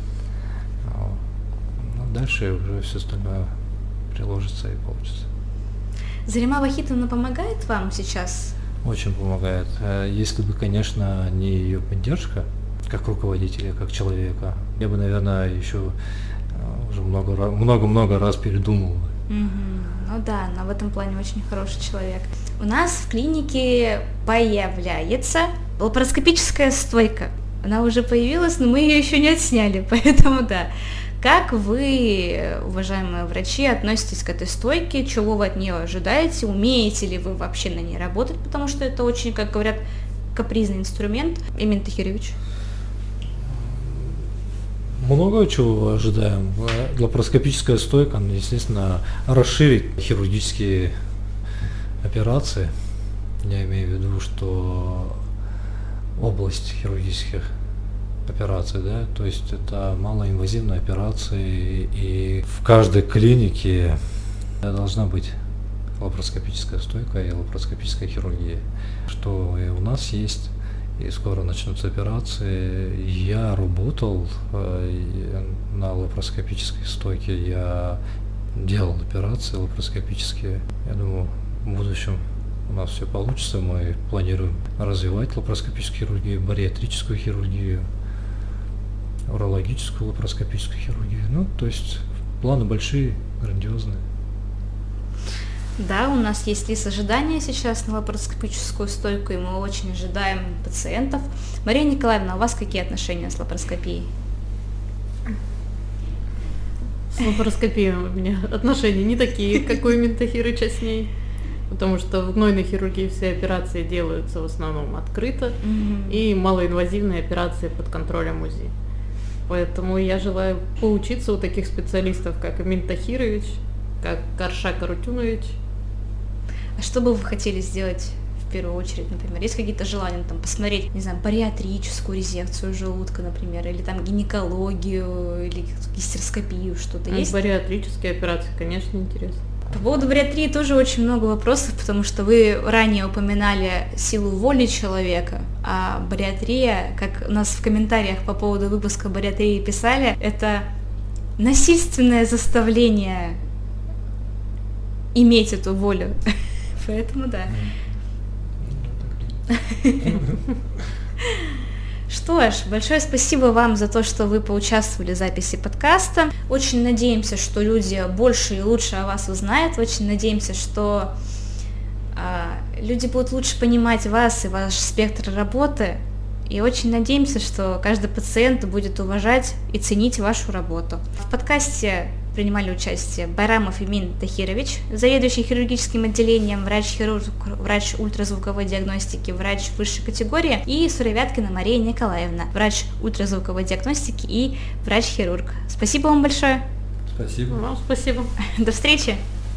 Дальше уже все остальное приложится и получится. Зарима Вахитовна помогает вам сейчас? Очень помогает. Если бы, конечно, не ее поддержка, как руководителя, как человека, я бы, наверное, еще уже много раз передумал. Но в этом плане очень хороший человек. У нас в клинике появляется лапароскопическая стойка. Она уже появилась, но мы ее еще не отсняли, поэтому да. Как вы, уважаемые врачи, относитесь к этой стойке? Чего вы от нее ожидаете? Умеете ли вы вообще на ней работать? Потому что это очень, как говорят, капризный инструмент. Эмин Тахирович. Много чего ожидаем. Лапароскопическая стойка, естественно, расширит хирургические операции. Я имею в виду, что область хирургических операций, да, то есть это малоинвазивные операции, и в каждой клинике должна быть лапароскопическая стойка и лапароскопическая хирургия, что и у нас есть. И скоро начнутся операции. Я работал на лапароскопической стойке, я делал операции лапароскопические. Я думаю, в будущем у нас все получится. Мы планируем развивать лапароскопическую хирургию, бариатрическую хирургию, урологическую лапароскопическую хирургию. То есть планы большие, грандиозные. Да, у нас есть лист ожидания сейчас на лапароскопическую стойку, и мы очень ожидаем пациентов. Мария Николаевна, у вас какие отношения с лапароскопией? С лапароскопией у меня отношения не такие, как у Эмина Тахировича с ней, потому что в гнойной хирургии все операции делаются в основном открыто, и малоинвазивные операции под контролем УЗИ. Поэтому я желаю поучиться у таких специалистов, как Эмин Тахирович, как Каршак Арутюнович. А что бы вы хотели сделать в первую очередь, например? Есть какие-то желания посмотреть, не знаю, бариатрическую резекцию желудка, например, или там гинекологию, или гистероскопию, что-то есть? Бариатрические операции, конечно, интересно. По поводу бариатрии тоже очень много вопросов, потому что вы ранее упоминали силу воли человека, а бариатрия, как у нас в комментариях по поводу выпуска бариатрии писали, это насильственное заставление иметь эту волю. Поэтому да. Что ж, большое спасибо вам за то, что вы поучаствовали в записи подкаста. Очень надеемся, что люди больше и лучше о вас узнают. Очень надеемся, что люди будут лучше понимать вас и ваш спектр работы. И очень надеемся, что каждый пациент будет уважать и ценить вашу работу. В подкасте принимали участие Байрамов Эмин Тахирович, заведующий хирургическим отделением, врач-хирург, врач ультразвуковой диагностики, врач высшей категории, и Суровяткина Мария Николаевна, врач ультразвуковой диагностики и врач-хирург. Спасибо вам большое. Спасибо. Вам спасибо. До встречи.